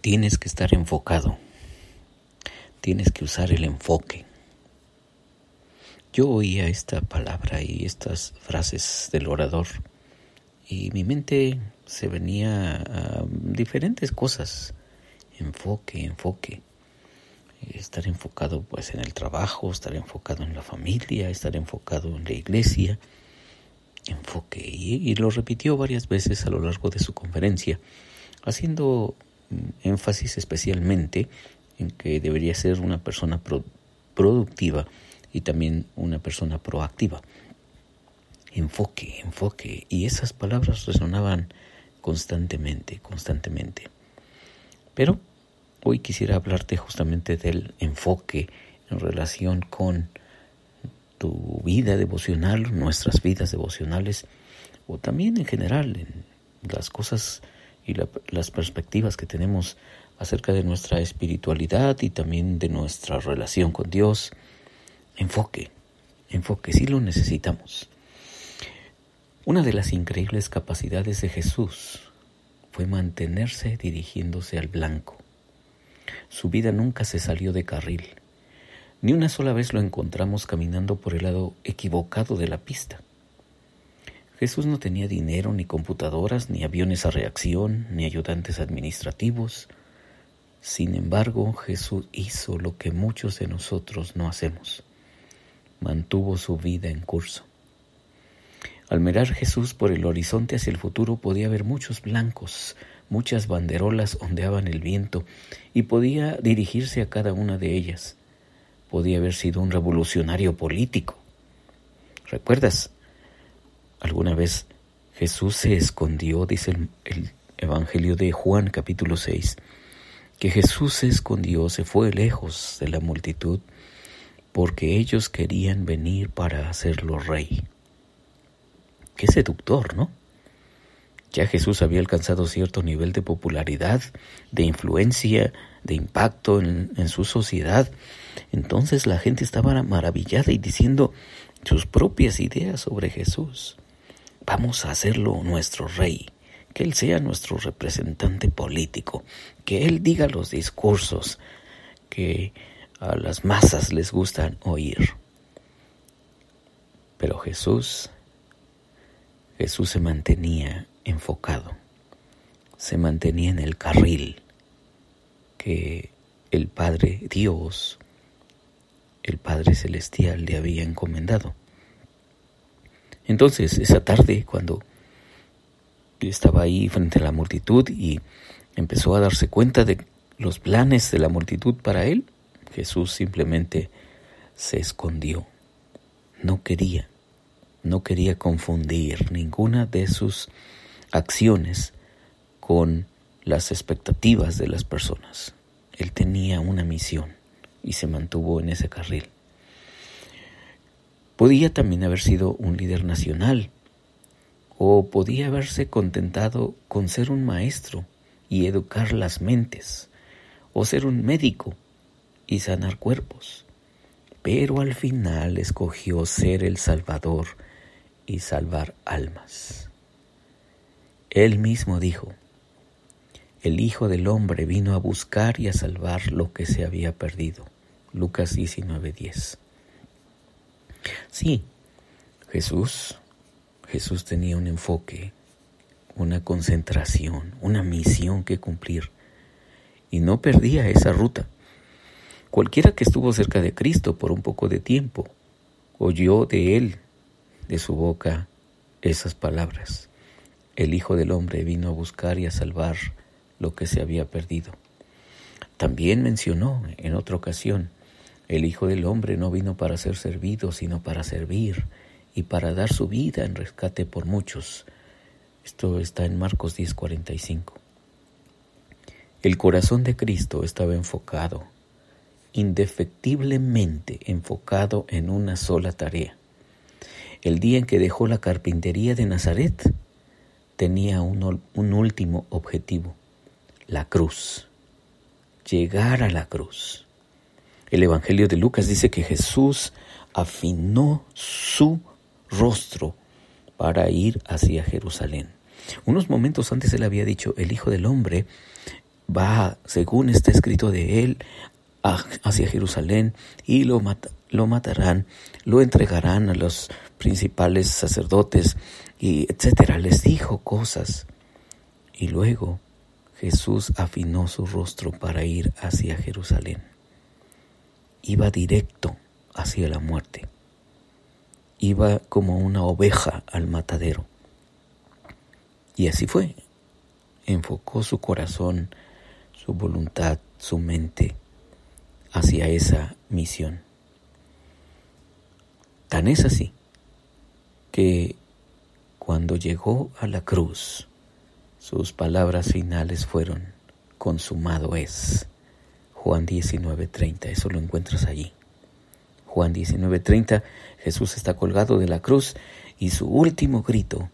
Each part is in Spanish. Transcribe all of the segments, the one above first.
Tienes que estar enfocado, tienes que usar el enfoque. Yo oía esta palabra y estas frases del orador y mi mente se venía a diferentes cosas. Enfoque. Estar enfocado pues en el trabajo, estar enfocado en la familia, estar enfocado en la iglesia. Enfoque. Y lo repitió varias veces a lo largo de su conferencia, haciendo énfasis especialmente en que debería ser una persona productiva y también una persona proactiva. Enfoque. Y esas palabras resonaban constantemente. Pero hoy quisiera hablarte justamente del enfoque en relación con tu vida devocional, nuestras vidas devocionales, o también en general en las cosas y las perspectivas que tenemos acerca de nuestra espiritualidad y también de nuestra relación con Dios. Enfoque, sí lo necesitamos. Una de las increíbles capacidades de Jesús fue mantenerse dirigiéndose al blanco. Su vida nunca se salió de carril. Ni una sola vez lo encontramos caminando por el lado equivocado de la pista. Jesús no tenía dinero, ni computadoras, ni aviones a reacción, ni ayudantes administrativos. Sin embargo, Jesús hizo lo que muchos de nosotros no hacemos. Mantuvo su vida en curso. Al mirar Jesús por el horizonte hacia el futuro podía ver muchos blancos, muchas banderolas ondeaban el viento y podía dirigirse a cada una de ellas. Podía haber sido un revolucionario político. ¿Recuerdas? Alguna vez Jesús se escondió, dice el Evangelio de Juan capítulo 6, que Jesús se escondió, se fue lejos de la multitud porque ellos querían venir para hacerlo rey. Qué seductor, ¿no? Ya Jesús había alcanzado cierto nivel de popularidad, de influencia, de impacto en su sociedad. Entonces la gente estaba maravillada y diciendo sus propias ideas sobre Jesús. Vamos a hacerlo nuestro rey, que Él sea nuestro representante político, que Él diga los discursos que a las masas les gustan oír. Pero Jesús se mantenía enfocado, se mantenía en el carril que el Padre Dios, el Padre Celestial le había encomendado. Entonces, esa tarde, cuando estaba ahí frente a la multitud y empezó a darse cuenta de los planes de la multitud para él, Jesús simplemente se escondió. No quería confundir ninguna de sus acciones con las expectativas de las personas. Él tenía una misión y se mantuvo en ese carril. Podía también haber sido un líder nacional o podía haberse contentado con ser un maestro y educar las mentes o ser un médico y sanar cuerpos. Pero al final escogió ser el Salvador y salvar almas. Él mismo dijo: el Hijo del Hombre vino a buscar y a salvar lo que se había perdido. Lucas 19:10. Sí, Jesús tenía un enfoque, una concentración, una misión que cumplir y no perdía esa ruta. Cualquiera que estuvo cerca de Cristo por un poco de tiempo oyó de Él, de su boca, esas palabras. El Hijo del Hombre vino a buscar y a salvar lo que se había perdido. También mencionó en otra ocasión: el Hijo del Hombre no vino para ser servido, sino para servir y para dar su vida en rescate por muchos. Esto está en Marcos 10:45. El corazón de Cristo estaba enfocado, indefectiblemente enfocado en una sola tarea. El día en que dejó la carpintería de Nazaret, tenía un último objetivo: la cruz. Llegar a la cruz. El Evangelio de Lucas dice que Jesús afinó su rostro para ir hacia Jerusalén. Unos momentos antes él había dicho: el Hijo del Hombre va, según está escrito de él, hacia Jerusalén y lo matarán, lo entregarán a los principales sacerdotes y etcétera. Les dijo cosas. Y luego Jesús afinó su rostro para ir hacia Jerusalén. Iba directo hacia la muerte. Iba como una oveja al matadero. Y así fue. Enfocó su corazón, su voluntad, su mente hacia esa misión. Tan es así que cuando llegó a la cruz, sus palabras finales fueron: consumado es. Juan 19:30, eso lo encuentras allí. Juan 19:30, Jesús está colgado de la cruz y su último grito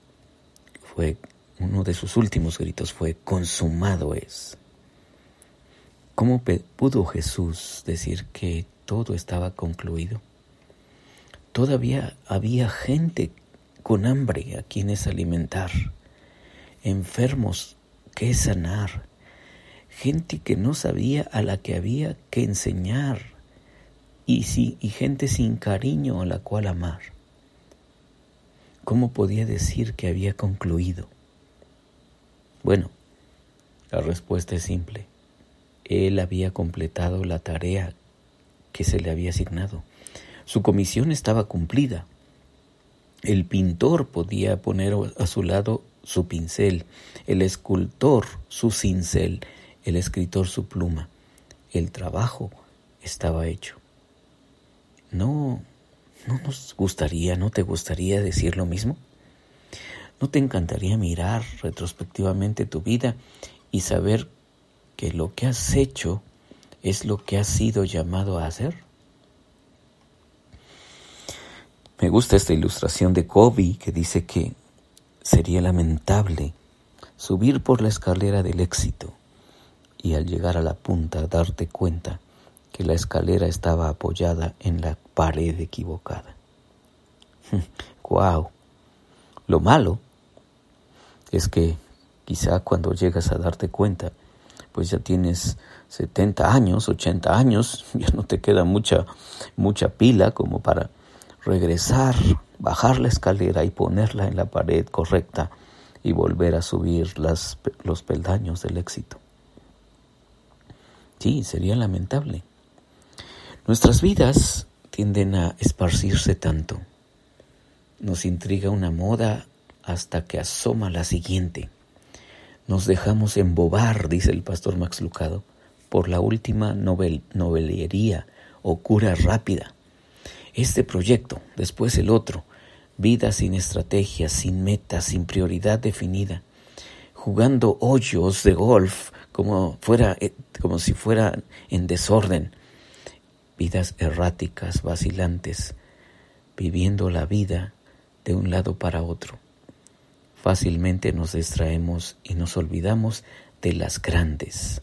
uno de sus últimos gritos fue: consumado es. ¿Cómo pudo Jesús decir que todo estaba concluido? Todavía había gente con hambre a quienes alimentar, enfermos que sanar, gente que no sabía a la que había que enseñar y gente sin cariño a la cual amar. ¿Cómo podía decir que había concluido? Bueno, la respuesta es simple. Él había completado la tarea que se le había asignado. Su comisión estaba cumplida. El pintor podía poner a su lado su pincel, el escultor su cincel, el escritor su pluma. El trabajo estaba hecho. ¿No te gustaría decir lo mismo? ¿No te encantaría mirar retrospectivamente tu vida y saber que lo que has hecho es lo que has sido llamado a hacer? Me gusta esta ilustración de Covey que dice que sería lamentable subir por la escalera del éxito y al llegar a la punta darte cuenta que la escalera estaba apoyada en la pared equivocada. ¡Guau! Lo malo es que quizá cuando llegas a darte cuenta, pues ya tienes 70 años, 80 años, ya no te queda mucha pila como para regresar, bajar la escalera y ponerla en la pared correcta y volver a subir los peldaños del éxito. Sí, sería lamentable. Nuestras vidas tienden a esparcirse tanto. Nos intriga una moda hasta que asoma la siguiente. Nos dejamos embobar, dice el pastor Max Lucado, por la última novelería o cura rápida. Este proyecto, después el otro, vida sin estrategia, sin meta, sin prioridad definida, jugando hoyos de golf como si fuera en desorden, vidas erráticas, vacilantes, viviendo la vida de un lado para otro. Fácilmente nos distraemos y nos olvidamos de las grandes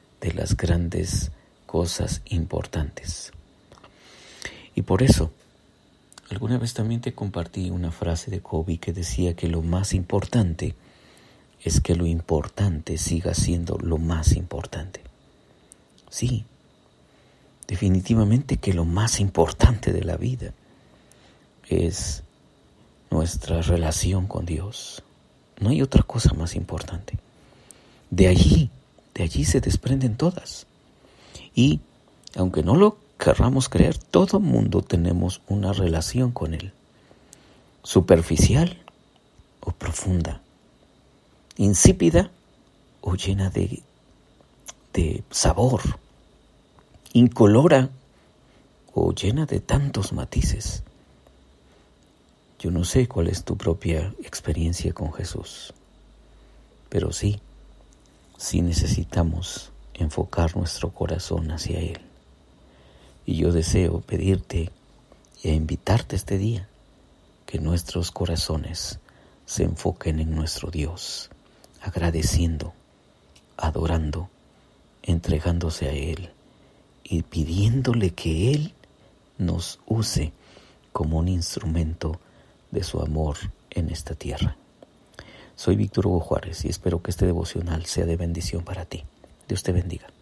cosas importantes. Y por eso, alguna vez también te compartí una frase de Covey que decía que lo más importante es que lo importante siga siendo lo más importante. Sí, definitivamente que lo más importante de la vida es nuestra relación con Dios. No hay otra cosa más importante. De allí se desprenden todas. Y aunque no lo querramos creer, todo mundo tenemos una relación con Él. Superficial o profunda. Insípida o llena de sabor. Incolora o llena de tantos matices. Yo no sé cuál es tu propia experiencia con Jesús, pero sí necesitamos enfocar nuestro corazón hacia Él. Y yo deseo pedirte y invitarte este día que nuestros corazones se enfoquen en nuestro Dios, agradeciendo, adorando, entregándose a Él y pidiéndole que Él nos use como un instrumento de su amor en esta tierra. Soy Víctor Hugo Juárez y espero que este devocional sea de bendición para ti. Dios te bendiga.